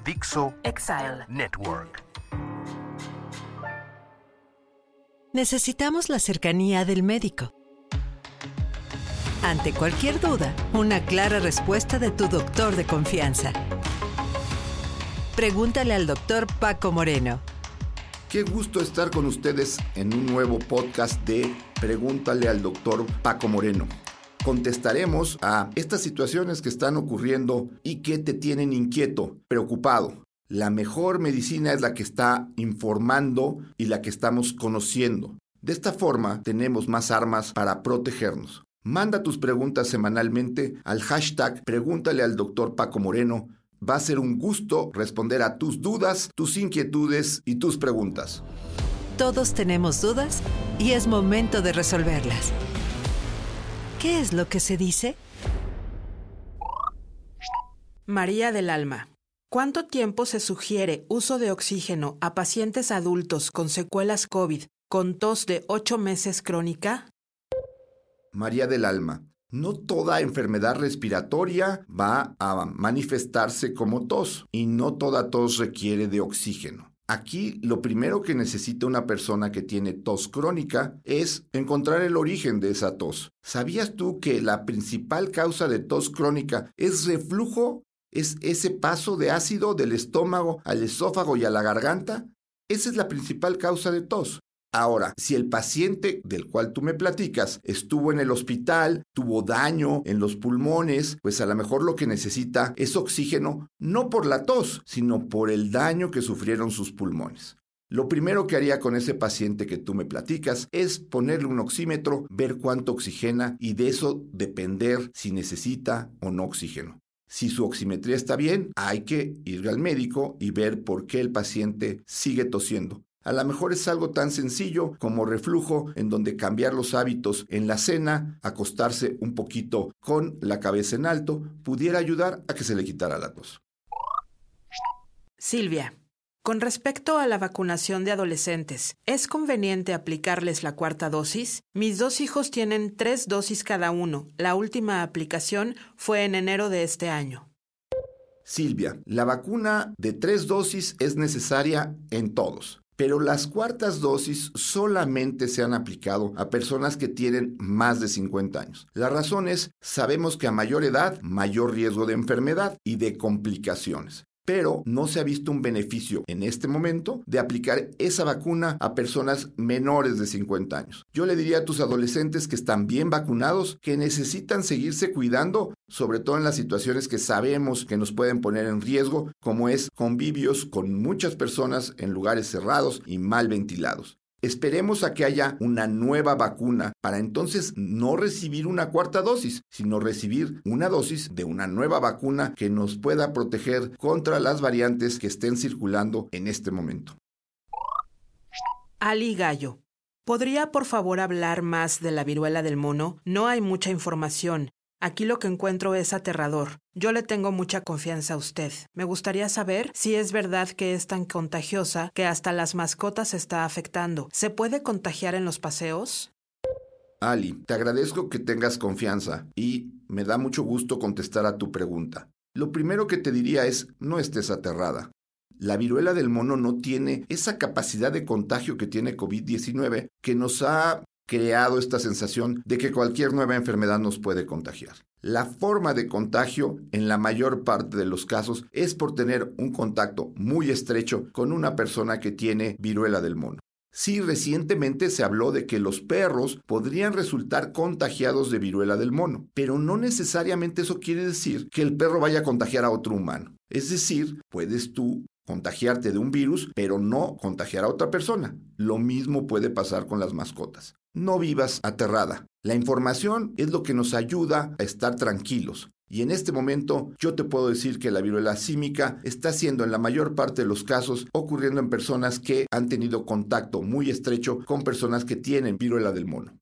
Dixo Exile Network. Necesitamos la cercanía del médico. Ante cualquier duda, una clara respuesta de tu doctor de confianza. Pregúntale al doctor Paco Moreno. Qué gusto estar con ustedes en un nuevo podcast de Pregúntale al doctor Paco Moreno. Contestaremos a estas situaciones que están ocurriendo y que te tienen inquieto, preocupado. La mejor medicina es la que está informando y la que estamos conociendo. De esta forma, tenemos más armas para protegernos. Manda tus preguntas semanalmente al hashtag Pregúntale al doctor Paco Moreno. Va a ser un gusto responder a tus dudas, tus inquietudes y tus preguntas. Todos tenemos dudas y es momento de resolverlas. ¿Qué es lo que se dice? María del Alma. ¿Cuánto tiempo se sugiere uso de oxígeno a pacientes adultos con secuelas COVID con tos de 8 meses crónica? María del Alma. No toda enfermedad respiratoria va a manifestarse como tos y no toda tos requiere de oxígeno. Aquí lo primero que necesita una persona que tiene tos crónica es encontrar el origen de esa tos. ¿Sabías tú que la principal causa de tos crónica es reflujo? ¿Es ese paso de ácido del estómago al esófago y a la garganta? Esa es la principal causa de tos. Ahora, si el paciente del cual tú me platicas estuvo en el hospital, tuvo daño en los pulmones, pues a lo mejor lo que necesita es oxígeno, no por la tos, sino por el daño que sufrieron sus pulmones. Lo primero que haría con ese paciente que tú me platicas es ponerle un oxímetro, ver cuánto oxigena y de eso depender si necesita o no oxígeno. Si su oximetría está bien, hay que ir al médico y ver por qué el paciente sigue tosiendo. A lo mejor es algo tan sencillo como reflujo, en donde cambiar los hábitos en la cena, acostarse un poquito con la cabeza en alto, pudiera ayudar a que se le quitara la tos. Silvia. Con respecto a la vacunación de adolescentes, ¿es conveniente aplicarles la 4ª dosis? Mis 2 hijos tienen 3 dosis cada uno. La última aplicación fue en enero de este año. Silvia, la vacuna de 3 dosis es necesaria en todos, pero las 4º dosis solamente se han aplicado a personas que tienen más de 50 años. La razón es, sabemos que a mayor edad, mayor riesgo de enfermedad y de complicaciones. Pero no se ha visto un beneficio en este momento de aplicar esa vacuna a personas menores de 50 años. Yo le diría a tus adolescentes que están bien vacunados, que necesitan seguirse cuidando, sobre todo en las situaciones que sabemos que nos pueden poner en riesgo, como es convivios con muchas personas en lugares cerrados y mal ventilados. Esperemos a que haya una nueva vacuna para entonces no recibir una 4ª dosis, sino recibir una dosis de una nueva vacuna que nos pueda proteger contra las variantes que estén circulando en este momento. Ali Gallo. ¿Podría por favor hablar más de la viruela del mono? No hay mucha información. Aquí lo que encuentro es aterrador. Yo le tengo mucha confianza a usted. Me gustaría saber si es verdad que es tan contagiosa que hasta las mascotas está afectando. ¿Se puede contagiar en los paseos? Ali, te agradezco que tengas confianza y me da mucho gusto contestar a tu pregunta. Lo primero que te diría es, no estés aterrada. La viruela del mono no tiene esa capacidad de contagio que tiene COVID-19 que nos ha creado esta sensación de que cualquier nueva enfermedad nos puede contagiar. La forma de contagio, en la mayor parte de los casos, es por tener un contacto muy estrecho con una persona que tiene viruela del mono. Sí, recientemente se habló de que los perros podrían resultar contagiados de viruela del mono, pero no necesariamente eso quiere decir que el perro vaya a contagiar a otro humano. Es decir, puedes tú contagiarte de un virus, pero no contagiar a otra persona. Lo mismo puede pasar con las mascotas. No vivas aterrada. La información es lo que nos ayuda a estar tranquilos. Y en este momento yo te puedo decir que la viruela símica está siendo en la mayor parte de los casos ocurriendo en personas que han tenido contacto muy estrecho con personas que tienen viruela del mono.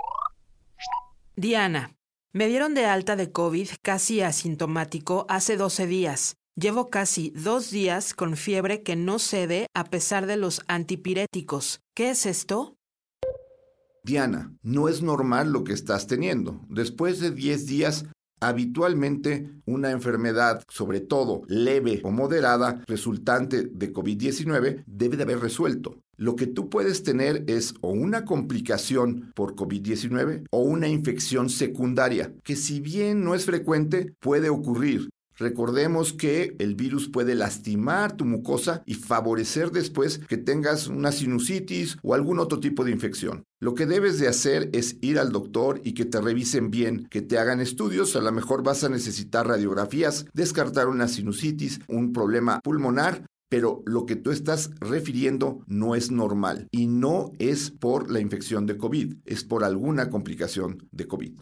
Diana. Me dieron de alta de COVID casi asintomático hace 12 días. Llevo casi 2 días con fiebre que no cede a pesar de los antipiréticos. ¿Qué es esto? Diana, no es normal lo que estás teniendo. Después de 10 días Habitualmente, una enfermedad, sobre todo leve o moderada, resultante de COVID-19, debe de haber resuelto. Lo que tú puedes tener es o una complicación por COVID-19 o una infección secundaria, que si bien no es frecuente, puede ocurrir. Recordemos que el virus puede lastimar tu mucosa y favorecer después que tengas una sinusitis o algún otro tipo de infección. Lo que debes de hacer es ir al doctor y que te revisen bien, que te hagan estudios. A lo mejor vas a necesitar radiografías, descartar una sinusitis, un problema pulmonar, pero lo que tú estás refiriendo no es normal y no es por la infección de COVID, es por alguna complicación de COVID.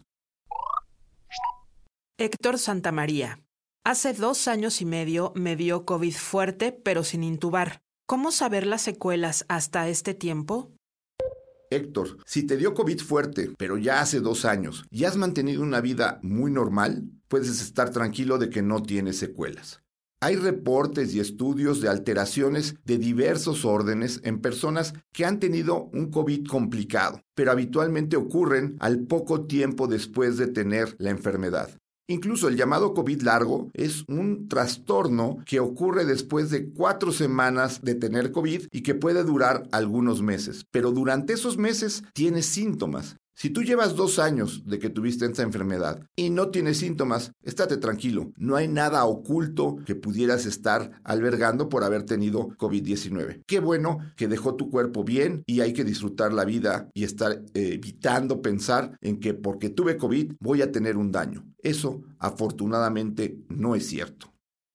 Héctor Santamaría. Hace 2 años y medio me dio COVID fuerte, pero sin intubar. ¿Cómo saber las secuelas hasta este tiempo? Héctor, si te dio COVID fuerte, pero ya hace 2 años, y has mantenido una vida muy normal, puedes estar tranquilo de que no tienes secuelas. Hay reportes y estudios de alteraciones de diversos órdenes en personas que han tenido un COVID complicado, pero habitualmente ocurren al poco tiempo después de tener la enfermedad. Incluso el llamado COVID largo es un trastorno que ocurre después de 4 semanas de tener COVID y que puede durar algunos meses. Pero durante esos meses tienes síntomas. Si tú llevas 2 años de que tuviste esta enfermedad y no tienes síntomas, estate tranquilo. No hay nada oculto que pudieras estar albergando por haber tenido COVID-19. Qué bueno que dejó tu cuerpo bien y hay que disfrutar la vida y estar evitando pensar en que porque tuve COVID voy a tener un daño. Eso, afortunadamente, no es cierto.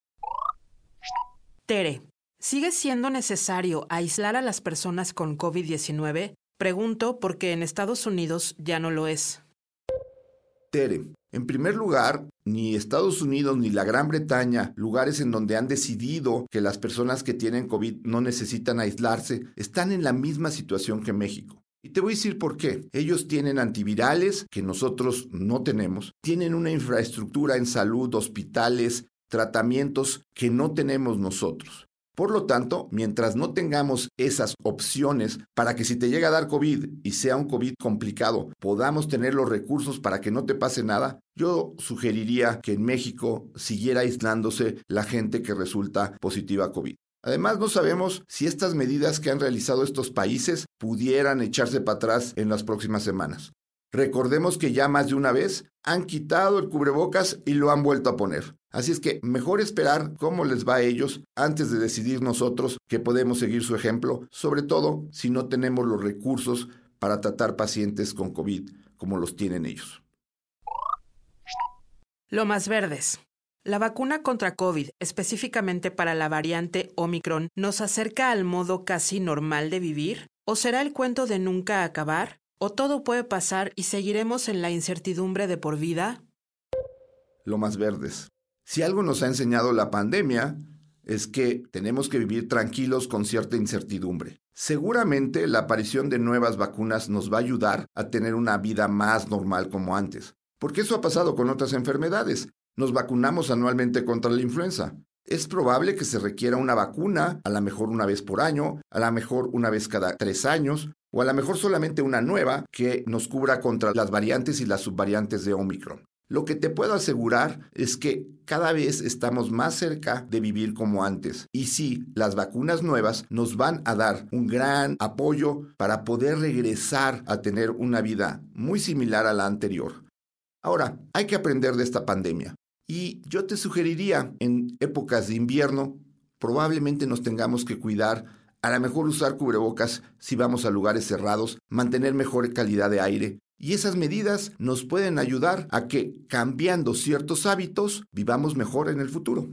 Tere, ¿sigue siendo necesario aislar a las personas con COVID-19? Pregunto porque en Estados Unidos ya no lo es. Tere, en primer lugar, ni Estados Unidos ni la Gran Bretaña, lugares en donde han decidido que las personas que tienen COVID no necesitan aislarse, están en la misma situación que México. Y te voy a decir por qué. Ellos tienen antivirales que nosotros no tenemos, tienen una infraestructura en salud, hospitales, tratamientos que no tenemos nosotros. Por lo tanto, mientras no tengamos esas opciones para que si te llega a dar COVID y sea un COVID complicado, podamos tener los recursos para que no te pase nada, yo sugeriría que en México siguiera aislándose la gente que resulta positiva a COVID. Además, no sabemos si estas medidas que han realizado estos países pudieran echarse para atrás en las próximas semanas. Recordemos que ya más de una vez han quitado el cubrebocas y lo han vuelto a poner. Así es que mejor esperar cómo les va a ellos antes de decidir nosotros que podemos seguir su ejemplo, sobre todo si no tenemos los recursos para tratar pacientes con COVID como los tienen ellos. Lomas Verdes. La vacuna contra COVID, específicamente para la variante Omicron, ¿nos acerca al modo casi normal de vivir? ¿O será el cuento de nunca acabar? ¿O todo puede pasar y seguiremos en la incertidumbre de por vida? Lomas Verdes. Si algo nos ha enseñado la pandemia, es que tenemos que vivir tranquilos con cierta incertidumbre. Seguramente la aparición de nuevas vacunas nos va a ayudar a tener una vida más normal como antes, porque eso ha pasado con otras enfermedades. Nos vacunamos anualmente contra la influenza. Es probable que se requiera una vacuna, a lo mejor una vez por año, a lo mejor una vez cada 3 años, o a lo mejor solamente una nueva que nos cubra contra las variantes y las subvariantes de Omicron. Lo que te puedo asegurar es que cada vez estamos más cerca de vivir como antes. Y sí, las vacunas nuevas nos van a dar un gran apoyo para poder regresar a tener una vida muy similar a la anterior. Ahora, hay que aprender de esta pandemia. Y yo te sugeriría, en épocas de invierno, probablemente nos tengamos que cuidar, a lo mejor usar cubrebocas si vamos a lugares cerrados, mantener mejor calidad de aire. Y esas medidas nos pueden ayudar a que, cambiando ciertos hábitos, vivamos mejor en el futuro.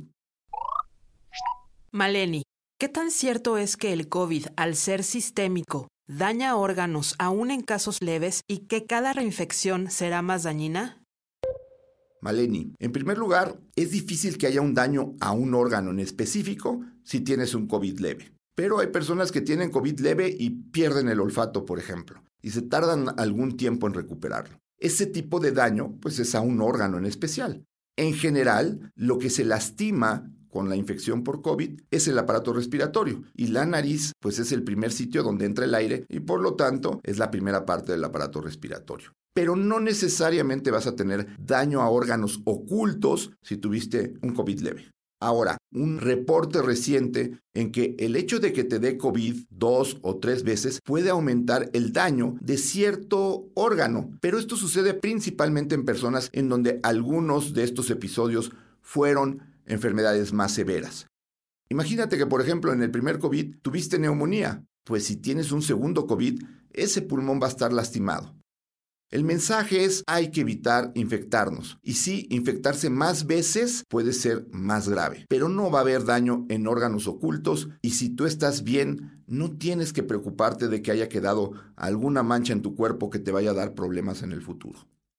Maleni, ¿qué tan cierto es que el COVID, al ser sistémico, daña órganos aún en casos leves y que cada reinfección será más dañina? Maleni, en primer lugar, es difícil que haya un daño a un órgano en específico si tienes un COVID leve. Pero hay personas que tienen COVID leve y pierden el olfato, por ejemplo, y se tardan algún tiempo en recuperarlo. Ese tipo de daño, pues, es a un órgano en especial. En general, lo que se lastima con la infección por COVID es el aparato respiratorio, y la nariz, pues, es el primer sitio donde entra el aire y, por lo tanto, es la primera parte del aparato respiratorio. pero no necesariamente vas a tener daño a órganos ocultos si tuviste un COVID leve. Ahora, un reporte reciente en que el hecho de que te dé COVID 2 o 3 veces puede aumentar el daño de cierto órgano, pero esto sucede principalmente en personas en donde algunos de estos episodios fueron enfermedades más severas. Imagínate que, por ejemplo, en el primer COVID tuviste neumonía, pues si tienes un segundo COVID, ese pulmón va a estar lastimado. El mensaje es: hay que evitar infectarnos. Y sí, infectarse más veces puede ser más grave, pero no va a haber daño en órganos ocultos y si tú estás bien, no tienes que preocuparte de que haya quedado alguna mancha en tu cuerpo que te vaya a dar problemas en el futuro.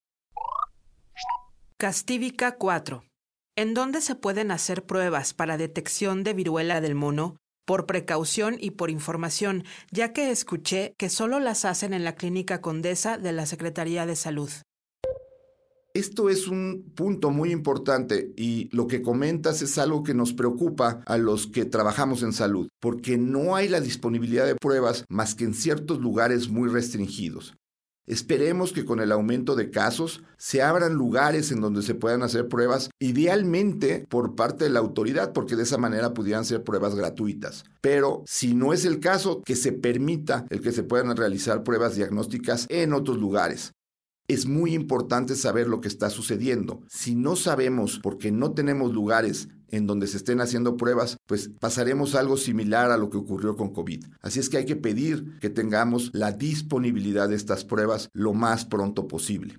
Castívica 4. ¿En dónde se pueden hacer pruebas para detección de viruela del mono? Por precaución y por información, ya que escuché que solo las hacen en la Clínica Condesa de la Secretaría de Salud. Esto es un punto muy importante y lo que comentas es algo que nos preocupa a los que trabajamos en salud, porque no hay la disponibilidad de pruebas más que en ciertos lugares muy restringidos. Esperemos que con el aumento de casos se abran lugares en donde se puedan hacer pruebas, idealmente por parte de la autoridad, porque de esa manera pudieran ser pruebas gratuitas. Pero si no es el caso, que se permita el que se puedan realizar pruebas diagnósticas en otros lugares. Es muy importante saber lo que está sucediendo. Si no sabemos porque no tenemos lugares en donde se estén haciendo pruebas, pues pasaremos algo similar a lo que ocurrió con COVID. Así es que hay que pedir que tengamos la disponibilidad de estas pruebas lo más pronto posible.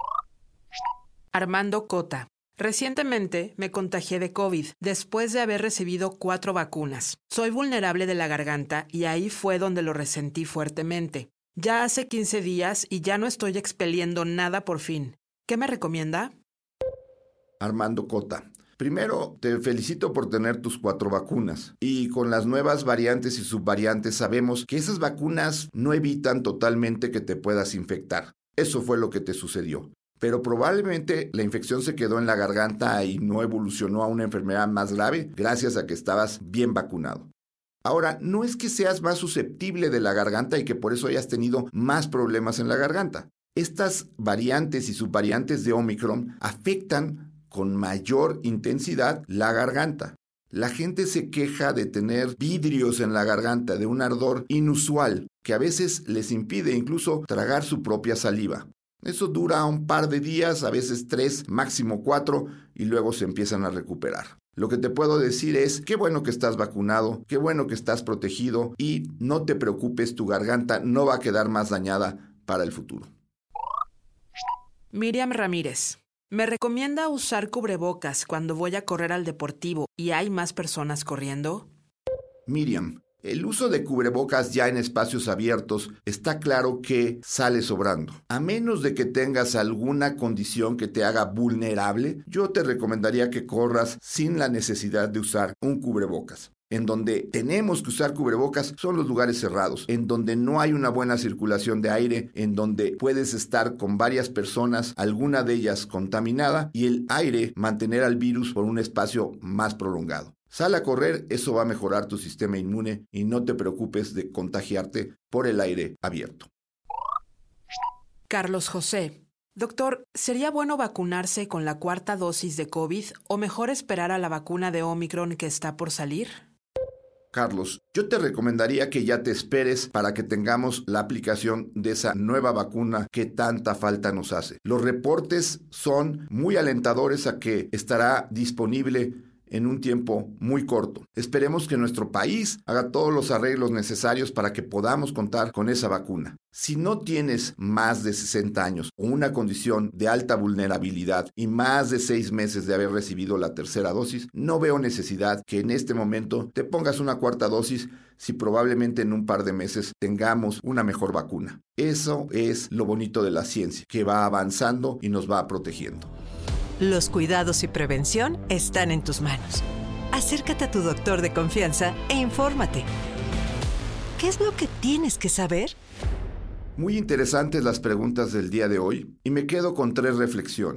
Armando Cota. Recientemente me contagié de COVID después de haber recibido 4 vacunas. Soy vulnerable de la garganta y ahí fue donde lo resentí fuertemente. Ya hace 15 días y ya no estoy expeliendo nada por fin. ¿Qué me recomienda? Armando Cota. Primero, te felicito por tener tus 4 vacunas. Y con las nuevas variantes y subvariantes sabemos que esas vacunas no evitan totalmente que te puedas infectar. Eso fue lo que te sucedió. Pero probablemente la infección se quedó en la garganta y no evolucionó a una enfermedad más grave gracias a que estabas bien vacunado. Ahora, no es que seas más susceptible de la garganta y que por eso hayas tenido más problemas en la garganta. Estas variantes y subvariantes de Omicron afectan con mayor intensidad la garganta. La gente se queja de tener vidrios en la garganta, de un ardor inusual, que a veces les impide incluso tragar su propia saliva. Eso dura un par de días, a veces 3, máximo 4, y luego se empiezan a recuperar. Lo que te puedo decir es, qué bueno que estás vacunado, qué bueno que estás protegido y no te preocupes, tu garganta no va a quedar más dañada para el futuro. Miriam Ramírez. ¿Me recomienda usar cubrebocas cuando voy a correr al deportivo y hay más personas corriendo? Miriam, el uso de cubrebocas ya en espacios abiertos está claro que sale sobrando. A menos de que tengas alguna condición que te haga vulnerable, yo te recomendaría que corras sin la necesidad de usar un cubrebocas. En donde tenemos que usar cubrebocas son los lugares cerrados, en donde no hay una buena circulación de aire, en donde puedes estar con varias personas, alguna de ellas contaminada, y el aire mantener al virus por un espacio más prolongado. Sal a correr, eso va a mejorar tu sistema inmune y no te preocupes de contagiarte por el aire abierto. Carlos José. Doctor, ¿sería bueno vacunarse con la 4ª dosis de COVID o mejor esperar a la vacuna de Omicron que está por salir? Carlos, yo te recomendaría que ya te esperes para que tengamos la aplicación de esa nueva vacuna que tanta falta nos hace. Los reportes son muy alentadores a que estará disponible en un tiempo muy corto. Esperemos que nuestro país haga todos los arreglos necesarios para que podamos contar con esa vacuna. Si no tienes más de 60 años o una condición de alta vulnerabilidad y más de 6 meses de haber recibido la 3ª dosis, no veo necesidad que en este momento te pongas una 4ª dosis si probablemente en un par de meses tengamos una mejor vacuna. Eso es lo bonito de la ciencia, que va avanzando y nos va protegiendo. Los cuidados y prevención están en tus manos. Acércate a tu doctor de confianza e infórmate. ¿Qué es lo que tienes que saber? Muy interesantes las preguntas del día de hoy y me quedo con 3 reflexiones.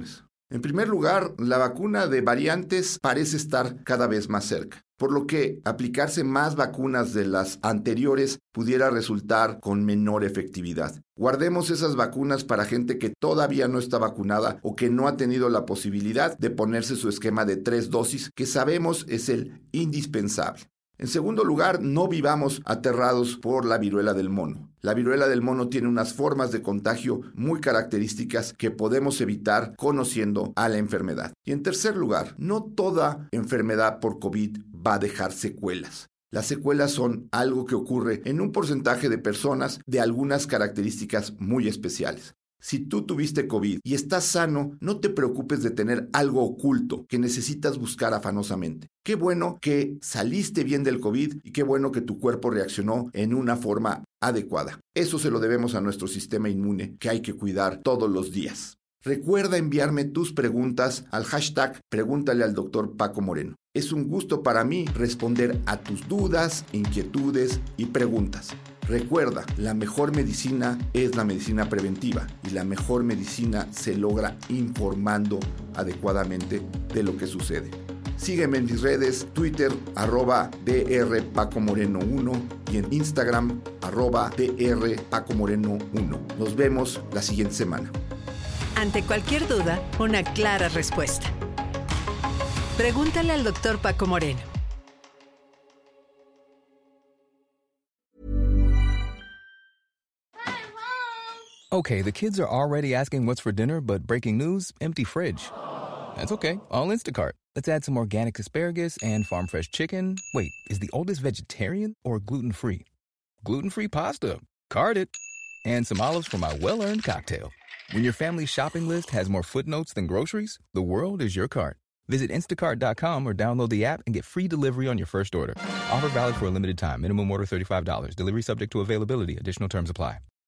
En primer lugar, la vacuna de variantes parece estar cada vez más cerca, por lo que aplicarse más vacunas de las anteriores pudiera resultar con menor efectividad. Guardemos esas vacunas para gente que todavía no está vacunada o que no ha tenido la posibilidad de ponerse su esquema de 3 dosis, que sabemos es el indispensable. En segundo lugar, no vivamos aterrados por la viruela del mono. La viruela del mono tiene unas formas de contagio muy características que podemos evitar conociendo a la enfermedad. Y en tercer lugar, no toda enfermedad por COVID va a dejar secuelas. Las secuelas son algo que ocurre en un porcentaje de personas de algunas características muy especiales. Si tú tuviste COVID y estás sano, no te preocupes de tener algo oculto que necesitas buscar afanosamente. Qué bueno que saliste bien del COVID y qué bueno que tu cuerpo reaccionó en una forma adecuada. Eso se lo debemos a nuestro sistema inmune, que hay que cuidar todos los días. Recuerda enviarme tus preguntas al hashtag Pregúntale al Dr. Paco Moreno. Es un gusto para mí responder a tus dudas, inquietudes y preguntas. Recuerda, la mejor medicina es la medicina preventiva y la mejor medicina se logra informando adecuadamente de lo que sucede. Sígueme en mis redes, Twitter, @drpacomoreno1 y en Instagram, @drpacomoreno1. Nos vemos la siguiente semana. Ante cualquier duda, una clara respuesta. Pregúntale al Dr. Paco Moreno. Okay, the kids are already asking what's for dinner, but breaking news, empty fridge. That's okay, all Instacart. Let's add some organic asparagus and farm-fresh chicken. Wait, is the oldest vegetarian or gluten-free? Gluten-free pasta. Card it. And some olives for my well-earned cocktail. When your family's shopping list has more footnotes than groceries, the world is your cart. Visit instacart.com or download the app and get free delivery on your first order. Offer valid for a limited time. Minimum order $35. Delivery subject to availability. Additional terms apply.